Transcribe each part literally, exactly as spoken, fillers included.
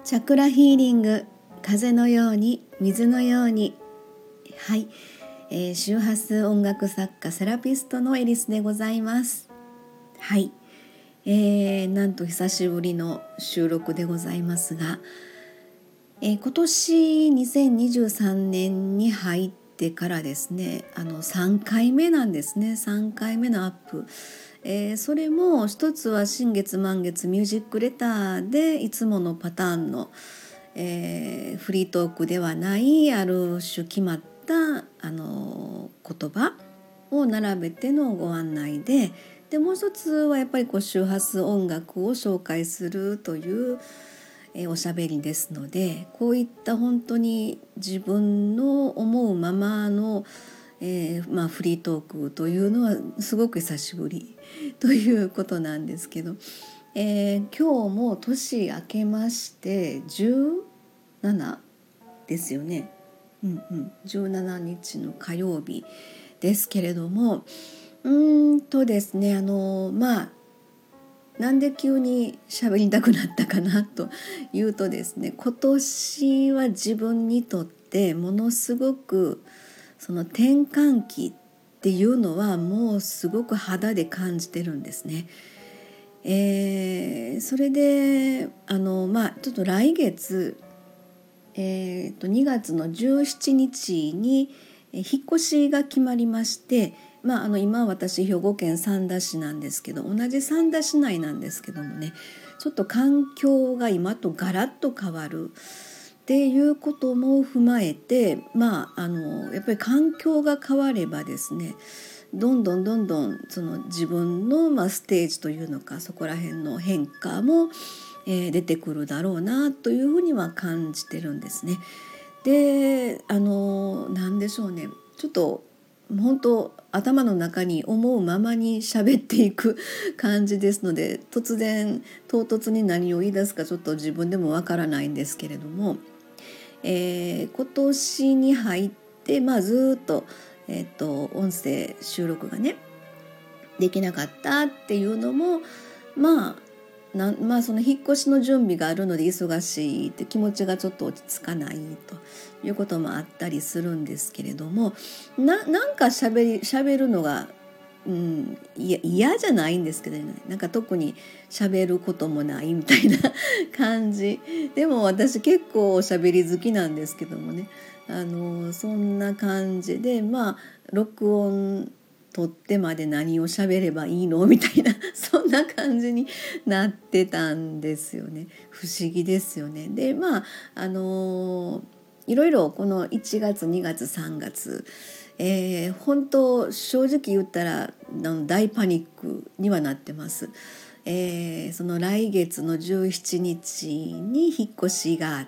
チャクラヒーリング、風のように水のように。はい、えー、周波数音楽作家セラピストのエリスでございます。はい、えー、なんと久しぶりの収録でございますが、えー、今年にせんにじゅうさんねんに入ってからですね、あのさんかいめなんですね。さんかいめのアップ、えー、それも一つは新月満月ミュージックレターでいつものパターンの、えー、フリートークではないある種決まったあの言葉を並べてのご案内で、でもう一つはやっぱりこう周波数音楽を紹介するというえー、おしゃべりですので、こういった本当に自分の思うままの、えーまあ、フリートークというのはすごく久しぶりということなんですけど、えー、今日も年明けましてじゅうななですよね、うんうん、じゅうしちにちの火曜日ですけれども、うーんとですねあのまあなんで急に喋りたくなったかなというとですね、今年は自分にとってものすごくその転換期っていうのはもうすごく肌で感じてるんですね。えー、それであのまあちょっと来月、えー、とにがつのじゅうしちにちに引っ越しが決まりまして、まあ、あの今私兵庫県三田市なんですけど、同じ三田市内なんですけどもね、ちょっと環境が今とガラッと変わるっていうことも踏まえて、まあ、あのやっぱり環境が変わればですね、どんどんどんどんその自分の、まあ、ステージというのか、そこら辺の変化も、えー、出てくるだろうなというふうには感じてるんですね。で、あのなんでしょうね、ちょっと本当頭の中に思うままに喋っていく感じですので、突然唐突に何を言い出すかちょっと自分でもわからないんですけれども、えー、今年に入って、まあ、ずっと、えー、と音声収録がねできなかったっていうのも、まあなまあ、その引っ越しの準備があるので忙しいって気持ちがちょっと落ち着かないということもあったりするんですけれども、ななんかしゃべりしゃべるのが、うん、いや嫌じゃないんですけどね、なんか特にしゃべることもないみたいな感じでも私結構おしゃべり好きなんですけどもね、あのそんな感じで、まあ録音撮ってまで何を喋ればいいのみたいなそんな感じになってたんですよね。不思議ですよね。でまああのいろいろこのいちがつにがつさんがつ、えー、本当正直言ったら大パニックにはなってます。えー、その来月のじゅうしちにちに引っ越しがあって、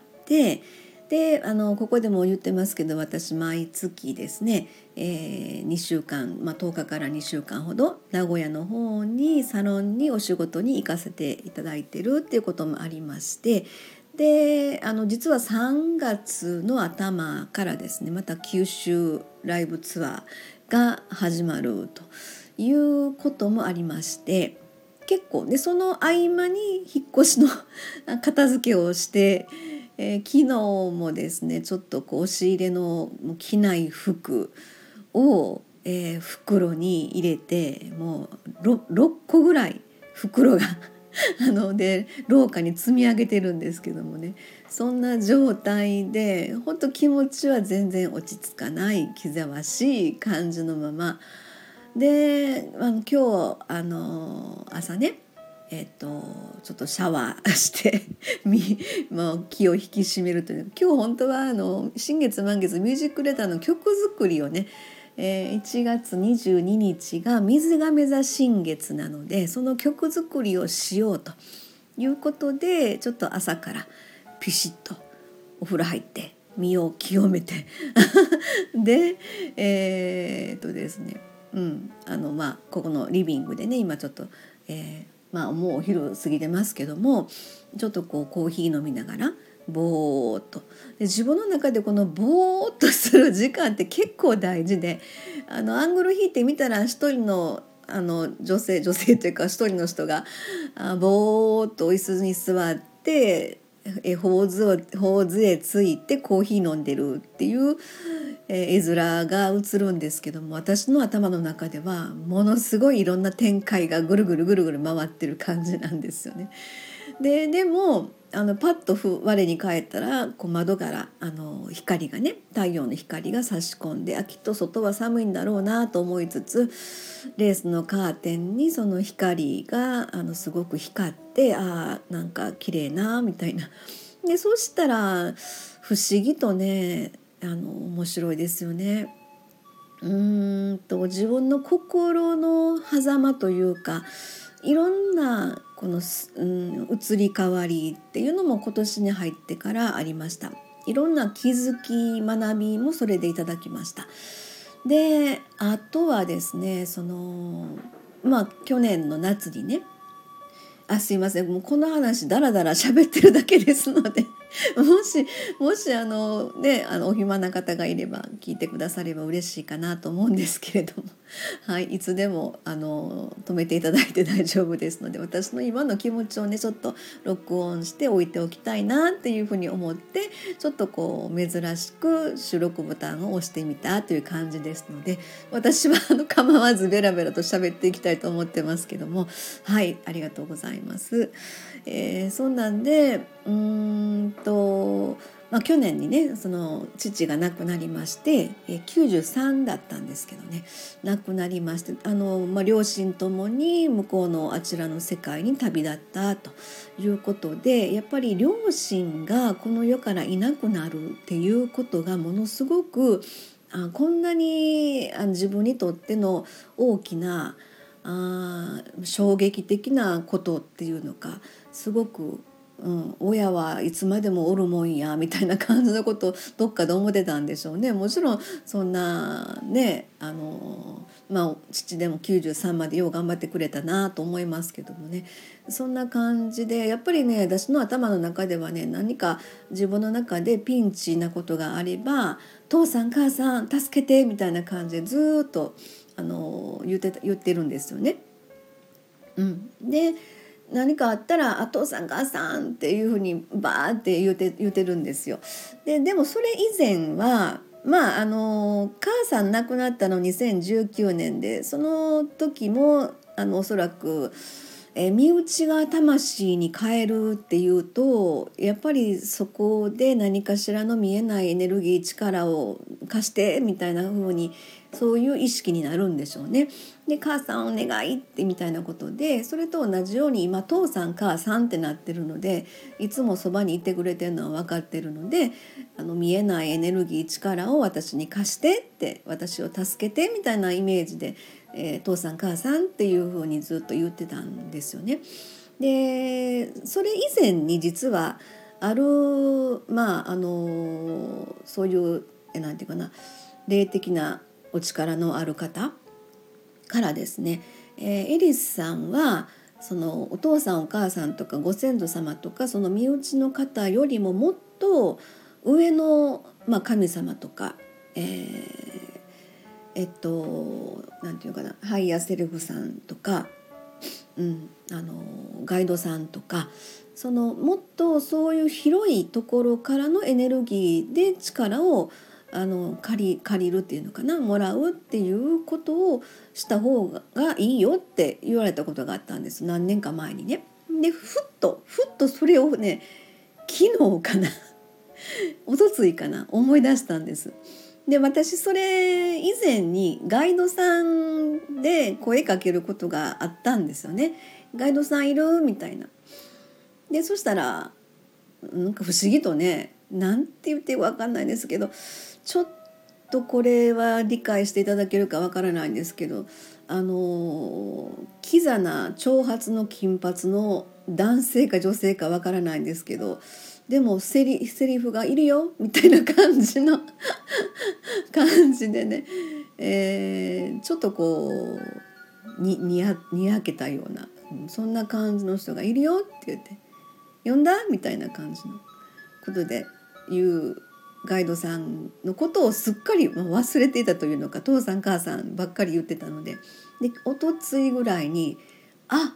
であのここでも言ってますけど、私毎月ですね、えー、にしゅうかん、まあ、とおかからにしゅうかんほど名古屋の方にサロンにお仕事に行かせていただいてるっていうこともありまして、であの実はさんがつの頭からですね、また九州ライブツアーが始まるということもありまして、結構でその合間に引っ越しの片付けをして、えー、昨日もですねちょっとこう押し入れのもう着ない服を、えー、袋に入れて、もう 6, ろっこぐらい袋があので廊下に積み上げてるんですけどもね、そんな状態で本当気持ちは全然落ち着かない気ぜわしい感じのままで、あの今日あの朝ね、えっと、ちょっとシャワーしてもう気を引き締めるという、今日本当はあの新月満月ミュージックレターの曲作りをね、えー、いちがつにじゅうににちが水亀座新月なので、その曲作りをしようということで、ちょっと朝からピシッとお風呂入って身を清めてでえー、っとですねうん、あのまあここのリビングでね今ちょっと、えー、まあもうお昼過ぎてますけども、ちょっとこうコーヒー飲みながらぼーっと、で自分の中でこのぼーっとする時間って結構大事で、あのアングル引いてみたら一人のあの女性女性というか一人の人があぼーっと椅子に座ってえ頬図を頬図へついてコーヒー飲んでるっていう、えー絵面が映るんですけども、私の頭の中ではものすごいいろんな展開がぐるぐるぐるぐる回ってる感じなんですよね。ででもあのパッとふ我に返ったらこう窓からあの光がね太陽の光が差し込んで、あきっと外は寒いんだろうなと思いつつ、レースのカーテンにその光があのすごく光って、あーなんか綺麗なみたいな。でそしたら不思議とねあの面白いですよね。うーんと自分の心の狭間というか、いろんなこの、うん、移り変わりっていうのも今年に入ってからありました。いろんな気づき学びもそれでいただきました。であとはですね、そのまあ去年の夏にね、あすいませんもうこの話だらだら喋ってるだけですのでもしもしあのねあのお暇な方がいれば聞いてくだされば嬉しいかなと思うんですけれどもはい、いつでもあの止めていただいて大丈夫ですので、私の今の気持ちをねちょっと録音して置いておきたいなっていうふうに思って、ちょっとこう珍しく収録ボタンを押してみたという感じですので、私はあの構わずベラベラと喋っていきたいと思ってますけども、はいありがとうございます。えー、そんなんでうーんとまあ、去年にねその父が亡くなりまして、えー、きゅうじゅうさんだったんですけどね、亡くなりまして、あの、まあ、両親ともに向こうのあちらの世界に旅立ったということで、やっぱり両親がこの世からいなくなるっていうことがものすごくあこんなにあ自分にとっての大きなあ衝撃的なことっていうのか、すごくうん、親はいつまでもおるもんやみたいな感じのことをどっかで思ってたんでしょうね。もちろんそんなねあの、まあ、父でもきゅうじゅうさんまでよう頑張ってくれたなと思いますけどもね、そんな感じでやっぱりね私の頭の中ではね、何か自分の中でピンチなことがあれば父さん母さん助けてみたいな感じでずっとあの言ってた言ってるんですよね。うん、で何かあったら「お父さん母さん」っていうふうにバーって言うて言うてるんですよ。ででもそれ以前はまああの母さん亡くなったのにせんじゅうきゅうねんで、その時もあのおそらくえ身内が魂に変えるっていうと、やっぱりそこで何かしらの見えないエネルギー力を貸してみたいな風にそういう意識になるんでしょうね。で母さんお願いってみたいなことで、それと同じように今父さん母さんってなってるので、いつもそばにいてくれてるのは分かってるので、あの見えないエネルギー力を私に貸してって、私を助けてみたいなイメージで、えー、父さん母さんっていう風にずっと言ってたんですよね。でそれ以前に実はあるまああのそういうえなんていうかな霊的なお力のある方からですね、えー、エリスさんはそのお父さんお母さんとかご先祖様とかその身内の方よりももっと上の、まあ、神様とか、えー、えっとなんていうかなハイヤーセルフさんとか、うん、あのガイドさんとか、そのもっとそういう広いところからのエネルギーで力をあの借り、借りるっていうのかな、もらうっていうことをした方がいいよって言われたことがあったんです、何年か前にね。でふっとふっとそれをね昨日かなおとついかな思い出したんです。で私それ以前にガイドさんで声かけることがあったんですよね。ガイドさんいるみたいな。でそしたらなんか不思議とね、なんて言って分かんないんですけど、ちょっとこれは理解していただけるか分からないんですけど、あのキザな長髪の金髪の男性か女性か分からないんですけど、でもセリ、セリフがいるよみたいな感じの感じでね、えー、ちょっとこうににやにやけたような、そんな感じの人がいるよって言って呼んだみたいな感じのことで言うガイドさんのことをすっかり忘れていたというのか、父さん母さんばっかり言ってたので、でおとついぐらいにあ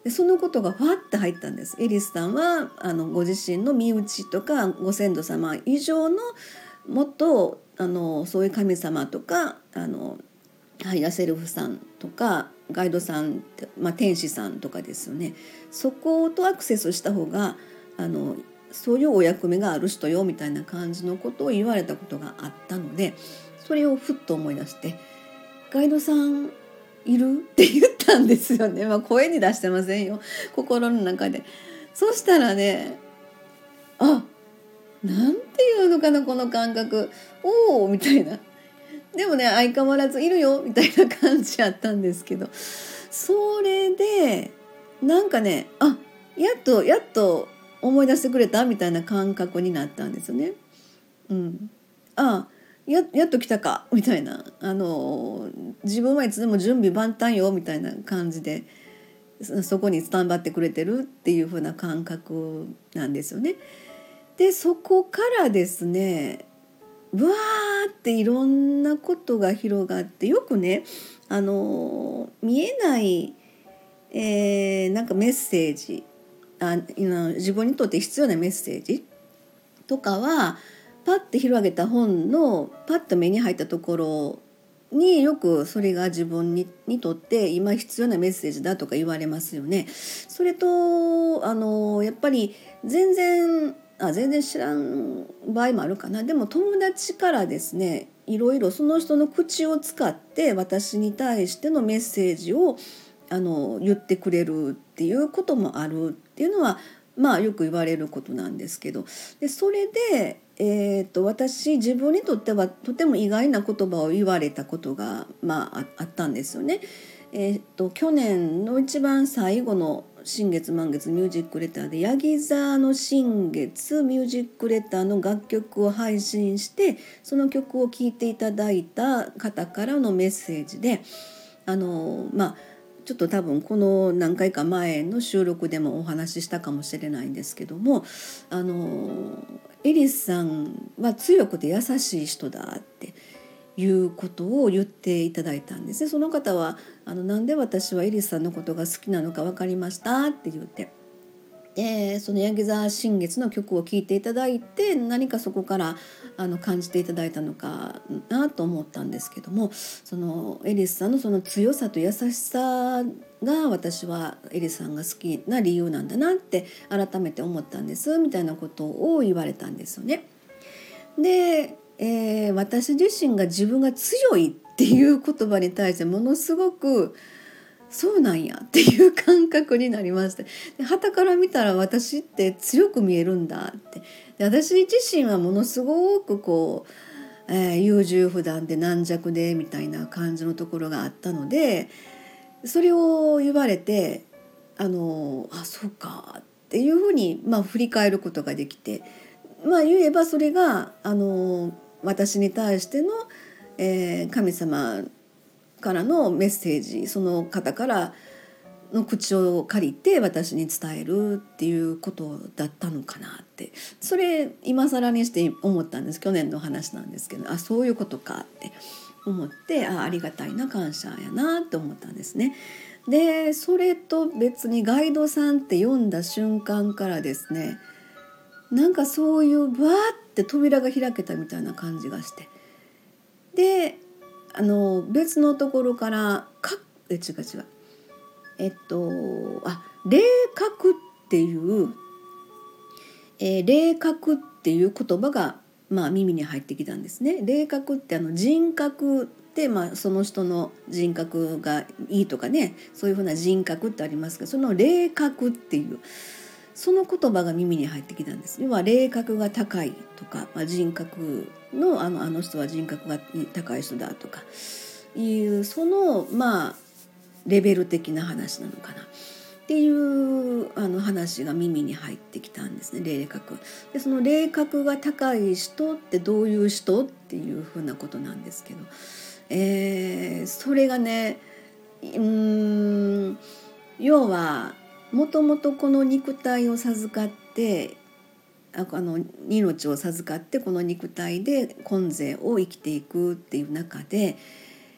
でそのことがファッて入ったんです。エリスさんはあのご自身の身内とかご先祖様以上のもっとあのそういう神様とかあのハイヤーセルフさんとかガイドさん、まあ、天使さんとかですよね。そことアクセスした方があのそういうお役目がある人よみたいな感じのことを言われたことがあったので、それをふっと思い出して「ガイドさんいる?」って言ったんですよね。まあ、声に出してませんよ、心の中で。そしたらね、あ、なんていうのかなこの感覚、おおみたいな。でもね相変わらずいるよみたいな感じやったんですけど、それでなんかね、あ、やっとやっと思い出してくれたみたいな感覚になったんですよね。うん、あや, やっと来たかみたいな、あの自分はいつでも準備万端よみたいな感じでそこにスタンバってくれてるっていう風な感覚なんですよね。でそこからですね、ブワーっていろんなことが広がって、よくねあの見えない、えー、なんかメッセージ、あ自分にとって必要なメッセージとかはパッて広げた本のパッと目に入ったところによくそれが自分 に, にとって今必要なメッセージだとか言われますよね。それとあのやっぱり全然あ全然知らん場合もあるかな。でも友達からですね、いろいろその人の口を使って私に対してのメッセージをあの言ってくれるっていうこともあるっていうのはまあよく言われることなんですけど、でそれで、えー、と私自分にとってはとても意外な言葉を言われたことが、まあ、あ, あったんですよね。えー、と去年の一番最後の新月満月ミュージックレターでヤギ座の新月ミュージックレターの楽曲を配信して、その曲を聴いていただいた方からのメッセージで、あのまあちょっと多分この何回か前の収録でもお話ししたかもしれないんですけども、あのエリスさんは強くて優しい人だっていうことを言っていただいたんですね。その方はあのなんで私はエリスさんのことが好きなのか分かりましたって言って、でそのヤギ座新月の曲を聴いていただいて何かそこからあの感じていただいたのかなと思ったんですけども、そのエリスさんのその強さと優しさが私はエリスさんが好きな理由なんだなって改めて思ったんですみたいなことを言われたんですよね。で、えー、私自身が自分が強いっていう言葉に対してものすごくそうなんやっていう感覚になりました。で傍から見たら私って強く見えるんだって。で私自身はものすごくこう、えー、優柔不断で軟弱でみたいな感じのところがあったので、それを言われてあのあそうかっていうふうに、まあ、振り返ることができて、まあ言えばそれがあの私に対しての、えー、神様からのメッセージ、その方からの口を借りて私に伝えるっていうことだったのかなって、それ今更にして思ったんです。去年の話なんですけど、あそういうことかって思って、 あ, ありがたいな感謝やなって思ったんですね。でそれと別にガイドさんって読んだ瞬間からですね、なんかそういうバーって扉が開けたみたいな感じがして、であの別のところからかえ違う違うえっとあ霊覚っていう、えー、霊覚っていう言葉が、まあ、耳に入ってきたんですね。霊覚ってあの人格って、まあ、その人の人格がいいとかね、そういうふうな人格ってありますけど、その霊覚っていうその言葉が耳に入ってきたんです。要は霊格が高いとか、まあ、人格のあのあの人は人格が高い人だとかいうそのまあレベル的な話なのかなっていうあの話が耳に入ってきたんですね。霊格で、その霊格が高い人ってどういう人っていうふうなことなんですけど、えー、それがね、うーん要はもともとこの肉体を授かってああの命を授かってこの肉体で今世を生きていくっていう中で、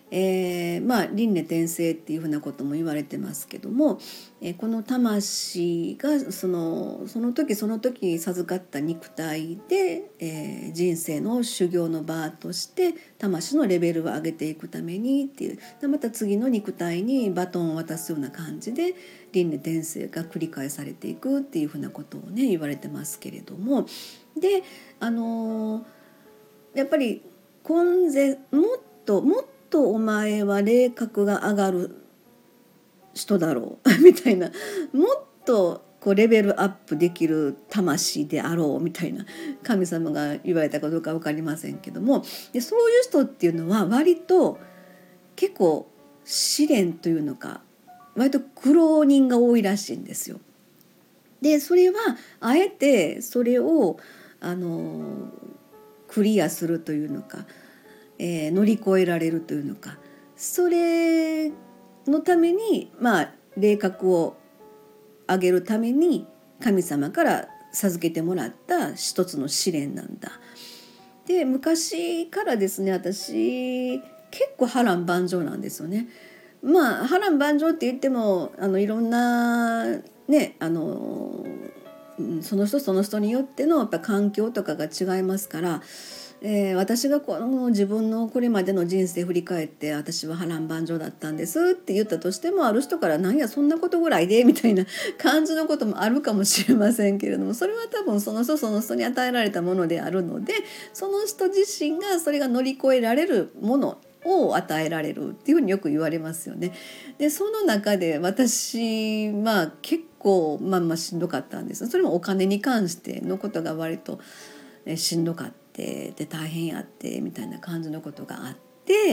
えー、まあ輪廻転生っていうふうなことも言われてますけども、えー、この魂がそのその時その時授かった肉体で、えー、人生の修行の場として魂のレベルを上げていくためにっていう、でまた次の肉体にバトンを渡すような感じで輪廻転生が繰り返されていくっていうふうなことをね言われてますけれども、であのー、やっぱり今世もっともっととお前は霊格が上がる人だろうみたいな、もっとこうレベルアップできる魂であろうみたいな神様が言われたかどうか分かりませんけども、でそういう人っていうのは割と結構試練というのか割と苦労人が多いらしいんですよ。でそれはあえてそれをあのクリアするというのか、えー、乗り越えられるというのか、それのためにまあ霊格を上げるために神様から授けてもらった一つの試練なんだ。で昔からですね、私結構波乱万丈なんですよね。まあ波乱万丈って言ってもあのいろんなねあのその人その人によってのやっぱ環境とかが違いますから、えー、私がこの自分のこれまでの人生振り返って私は波乱万丈だったんですって言ったとしても、ある人から何やそんなことぐらいでみたいな感じのこともあるかもしれませんけれども、それは多分その人その人に与えられたものであるので、その人自身がそれが乗り越えられるものを与えられるっていうふうによく言われますよね。でその中で私まあ結構まあまあしんどかったんです。それもお金に関してのことが割としんどかったで大変やってみたいな感じのことがあって、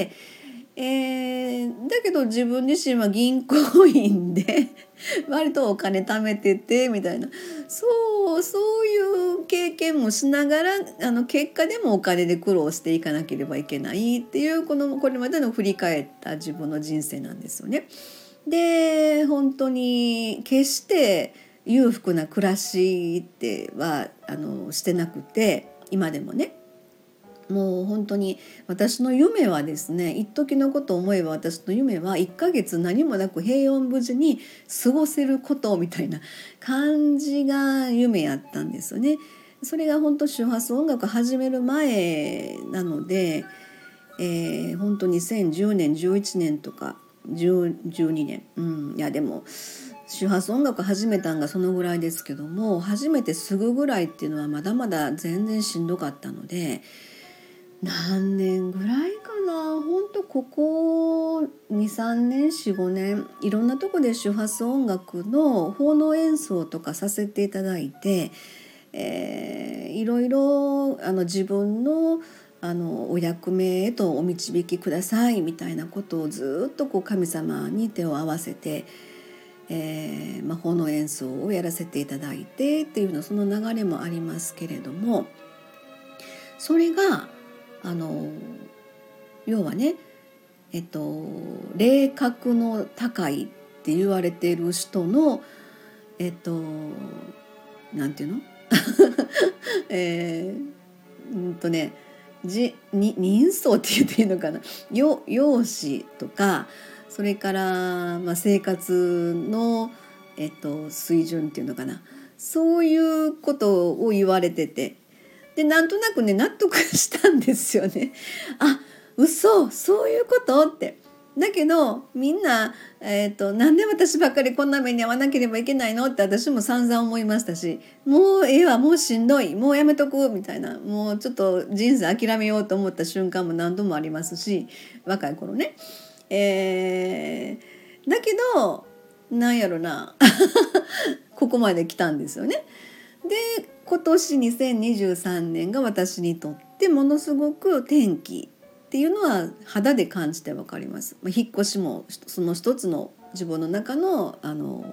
えー、だけど自分自身は銀行員で割とお金貯めててみたいな、そうそういう経験もしながらあの結果でもお金で苦労していかなければいけないっていうこのこれまでの振り返った自分の人生なんですよね。で本当に決して裕福な暮らしってはあのしてなくて、今でもねもう本当に私の夢はですね、一時のことを思えば私の夢はいっかげつ何もなく平穏無事に過ごせることみたいな感じが夢やったんですよね。それが本当周波数音楽始める前なので、えー、本当にせんじゅうねんじゅういちねんとかじゅう、じゅうにねん、うん、いやでも周波数音楽始めたんがそのぐらいですけども、初めてすぐぐらいっていうのはまだまだ全然しんどかったので、何年ぐらいかな、本当ここにさんねんよん、ごねんいろんなとこで周波数音楽の奉納演奏とかさせていただいて、えー、いろいろあの自分のあのお役目へとお導きくださいみたいなことをずっとこう神様に手を合わせて、えーまあ、奉納演奏をやらせていただいてっていうのその流れもありますけれども、それがあの要はね、えっと霊格の高いって言われている人のえっとなんていうのえー、うんとねじに人相って言っていいのかな、よ容姿とかそれから、まあ、生活の、えっと、水準っていうのかな、そういうことを言われてて、でなんとなくね納得したんですよね。あ、嘘、そういうことって。だけどみんな、えーと、なんで私ばっかりこんな目に遭わなければいけないのって私も散々思いましたし、もうええわ、もうしんどい、もうやめとくみたいな、もうちょっと人生諦めようと思った瞬間も何度もありますし、若い頃ね、えー、だけどなんやろなここまで来たんですよね。で今年にせんにじゅうさんねんが私にとってものすごく転機っていうのは肌で感じてわかります。引っ越しもその一つの自分の中のあの、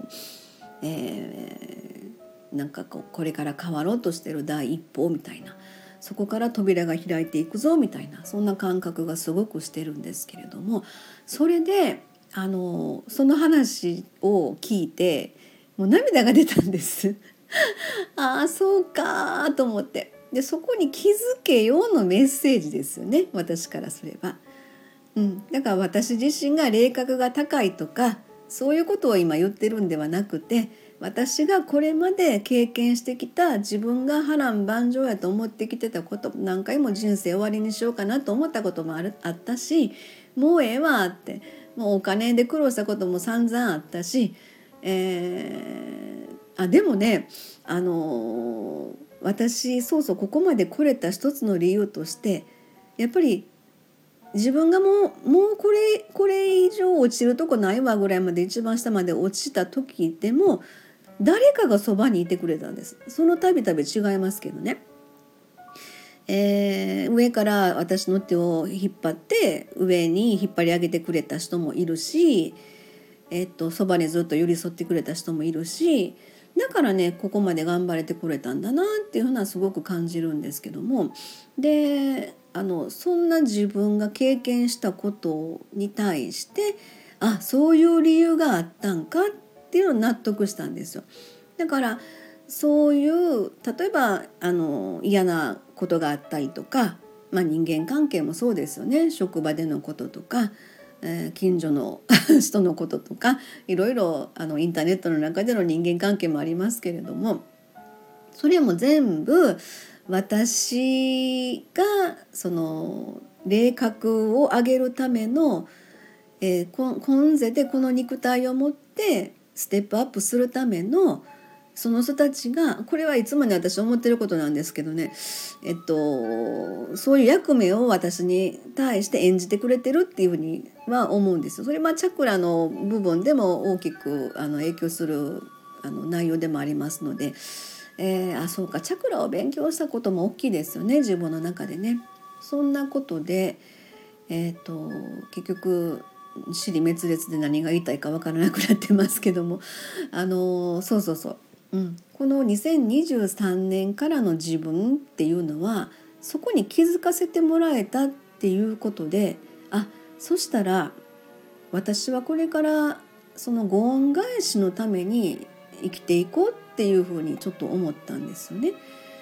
えー、なんかこうこれから変わろうとしてる第一歩みたいな、そこから扉が開いていくぞみたいな、そんな感覚がすごくしてるんですけれども、それであのその話を聞いてもう涙が出たんですああそうかと思って、でそこに気づけようのメッセージですよね、私からすれば。 うん、だから私自身が霊格が高いとかそういうことを今言ってるんではなくて、私がこれまで経験してきた自分が波乱万丈やと思ってきてたこと、何回も人生終わりにしようかなと思ったこともあるあったし、もうええわって、もうお金で苦労したことも散々あったし、えー、あでもねあのー私そうそうここまで来れた一つの理由として、やっぱり自分がもうもうこれこれ以上落ちるとこないわぐらいまで一番下まで落ちた時でも誰かがそばにいてくれたんです。その度々違いますけどね、えー、上から私の手を引っ張って上に引っ張り上げてくれた人もいるし、えっと、そばにずっと寄り添ってくれた人もいるし、だからねここまで頑張れてくれたんだなっていうふうなすごく感じるんですけども、であのそんな自分が経験したことに対して、あそういう理由があったんかっていうのを納得したんですよ。だからそういう例えばあの嫌なことがあったりとか、まあ、人間関係もそうですよね。職場でのこととか、えー近所の人のこととか、いろいろあのインターネットの中での人間関係もありますけれども、それも全部私がその霊格を上げるための、えー、今世でこの肉体を持ってステップアップするためのその人たちが、これはいつもね私思ってることなんですけどね、えっとそういう役目を私に対して演じてくれてるっていうふうには思うんですよ。それまあチャクラの部分でも大きくあの影響するあの内容でもありますので、えー、あそうかチャクラを勉強したことも大きいですよね、自分の中でね。そんなことで、えー、と結局支離滅裂で何が言いたいか分からなくなってますけども、あのそうそうそう、うん、このにせんにじゅうさんねんからの自分っていうのはそこに気づかせてもらえたっていうことで、あそしたら私はこれからそのご恩返しのために生きていこうっていうふうにちょっと思ったんですよね。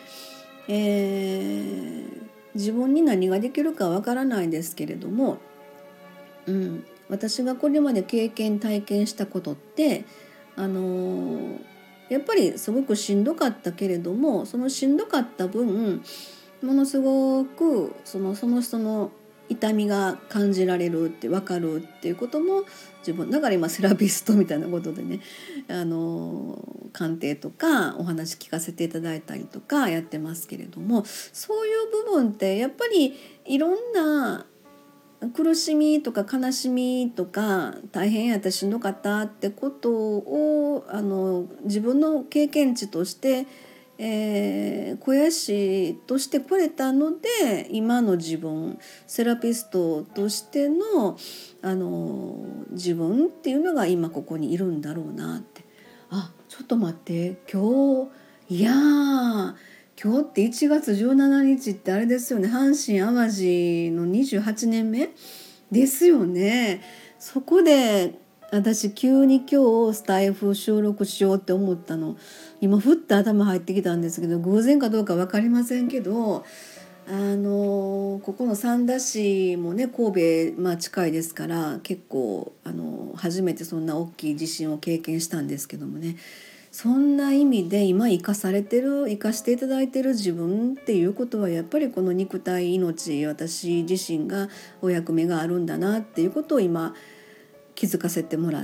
えー、自分に何ができるかわからないですけれども、うん、私がこれまで経験体験したことってあのーやっぱりすごくしんどかったけれども、そのしんどかった分ものすごくそのその人の痛みが感じられるって分かるっていうことも自分だから今セラピストみたいなことでね、あの鑑定とかお話聞かせていただいたりとかやってますけれども、そういう部分ってやっぱりいろんな苦しみとか悲しみとか大変やったしんどかったってことをあの自分の経験値として、えー、肥やしとしてこれたので、今の自分セラピストとしての、あの自分っていうのが今ここにいるんだろうなって。あちょっと待って今日いやー今日っていちがつじゅうしちにちってあれですよね、阪神・淡路のにじゅうはちねんめですよね。そこで私急に今日スタイフ収録しようって思ったの今ふっと頭入ってきたんですけど、偶然かどうか分かりませんけど、あのここの三田市もね神戸、まあ、近いですから結構あの初めてそんな大きい地震を経験したんですけどもね、そんな意味で今生かされてる生かしていただいてる自分っていうことはやっぱりこの肉体命私自身がお役目があるんだなっていうことを今気づかせてもらって、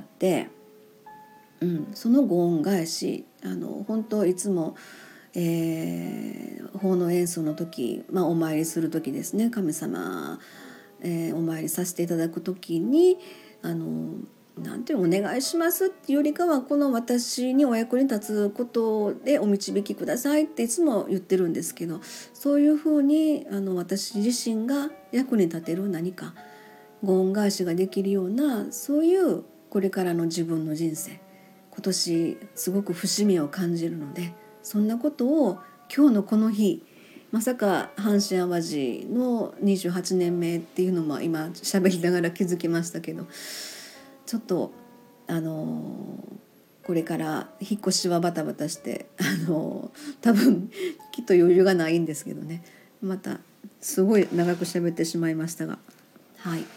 うん、そのご恩返しあの本当いつも、えー、奉納演奏の時、まあ、お参りする時ですね、神様、えー、お参りさせていただく時にあのなんていうお願いしますっていうよりかはこの私にお役に立つことでお導きくださいっていつも言ってるんですけど、そういうふうにあの私自身が役に立てる何かご恩返しができるようなそういうこれからの自分の人生、今年すごく節目を感じるので、そんなことを今日のこの日まさか阪神・淡路のにじゅうはちねんめっていうのも今喋りながら気づきましたけど、ちょっとあのこれから引っ越しはバタバタしてあの多分きっと余裕がないんですけどね、またすごい長く喋ってしまいましたが、はい、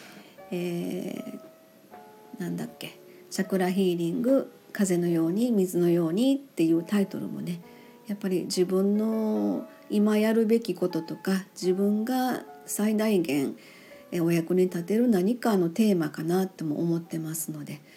えー、なんだっけチャクラヒーリング風のように水のようにっていうタイトルもね、やっぱり自分の今やるべきこととか自分が最大限お役に立てる何かのテーマかなとも思ってますので、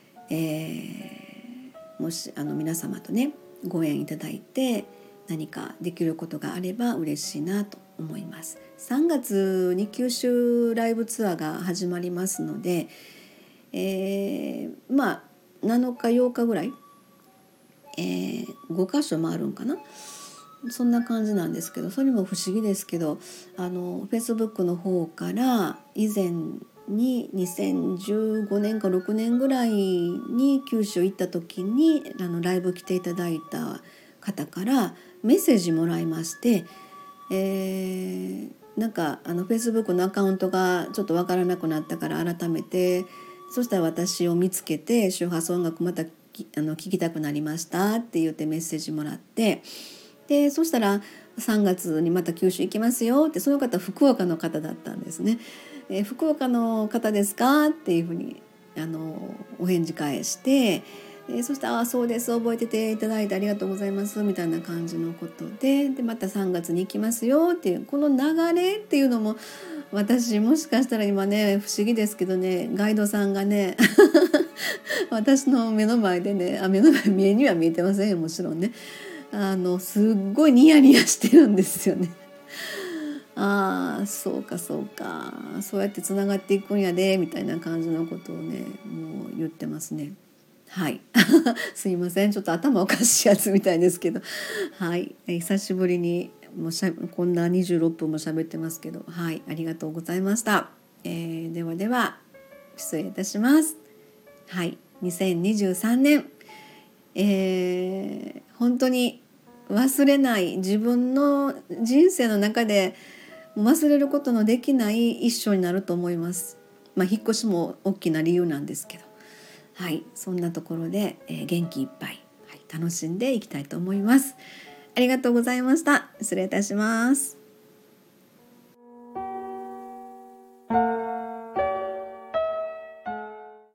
えー、もしあの皆様とねご縁いただいて何かできることがあれば嬉しいなと思います。さんがつに九州ライブツアーが始まりますので、えー、まあなのかようかぐらい、えー、ごか所もあるんかな、そんな感じなんですけど、それも不思議ですけど、あの Facebook の方から以前ににせんじゅうごねんかろくねんぐらいに九州行った時にあのライブ来ていただいた方からメッセージもらいまして、えー、なんかあの Facebook のアカウントがちょっとわからなくなったから改めて、そしたら私を見つけて周波数音楽またあの聞きたくなりましたって言ってメッセージもらって、でそしたらさんがつにまた九州行きますよって、その方福岡の方だったんですね。えー、福岡の方ですかっていうふうにあのお返事返して、えー、そしたらあそうです覚えてていただいてありがとうございますみたいな感じのことで、でまたさんがつに行きますよっていうこの流れっていうのも私もしかしたら今ね不思議ですけどね、ガイドさんがね私の目の前でね、あ目の前見えには見えてませんよもちろんね、あのすっごいニヤニヤしてるんですよね。ああそうかそうか、そうやってつながっていくんやでみたいな感じのことをねもう言ってますね。はいすいません、ちょっと頭おかしいやつみたいですけど、はい、え久しぶりにもうしゃこんなにじゅうろっぷんも喋ってますけど、はいありがとうございました。えー、ではでは失礼いたします。はい、にせんにじゅうさんねん、えー、本当に忘れない自分の人生の中で忘れることのできない一生になると思います。まあ引っ越しも大きな理由なんですけど、はい、そんなところで、えー、元気いっぱい、はい、楽しんでいきたいと思います。ありがとうございました。失礼いたします。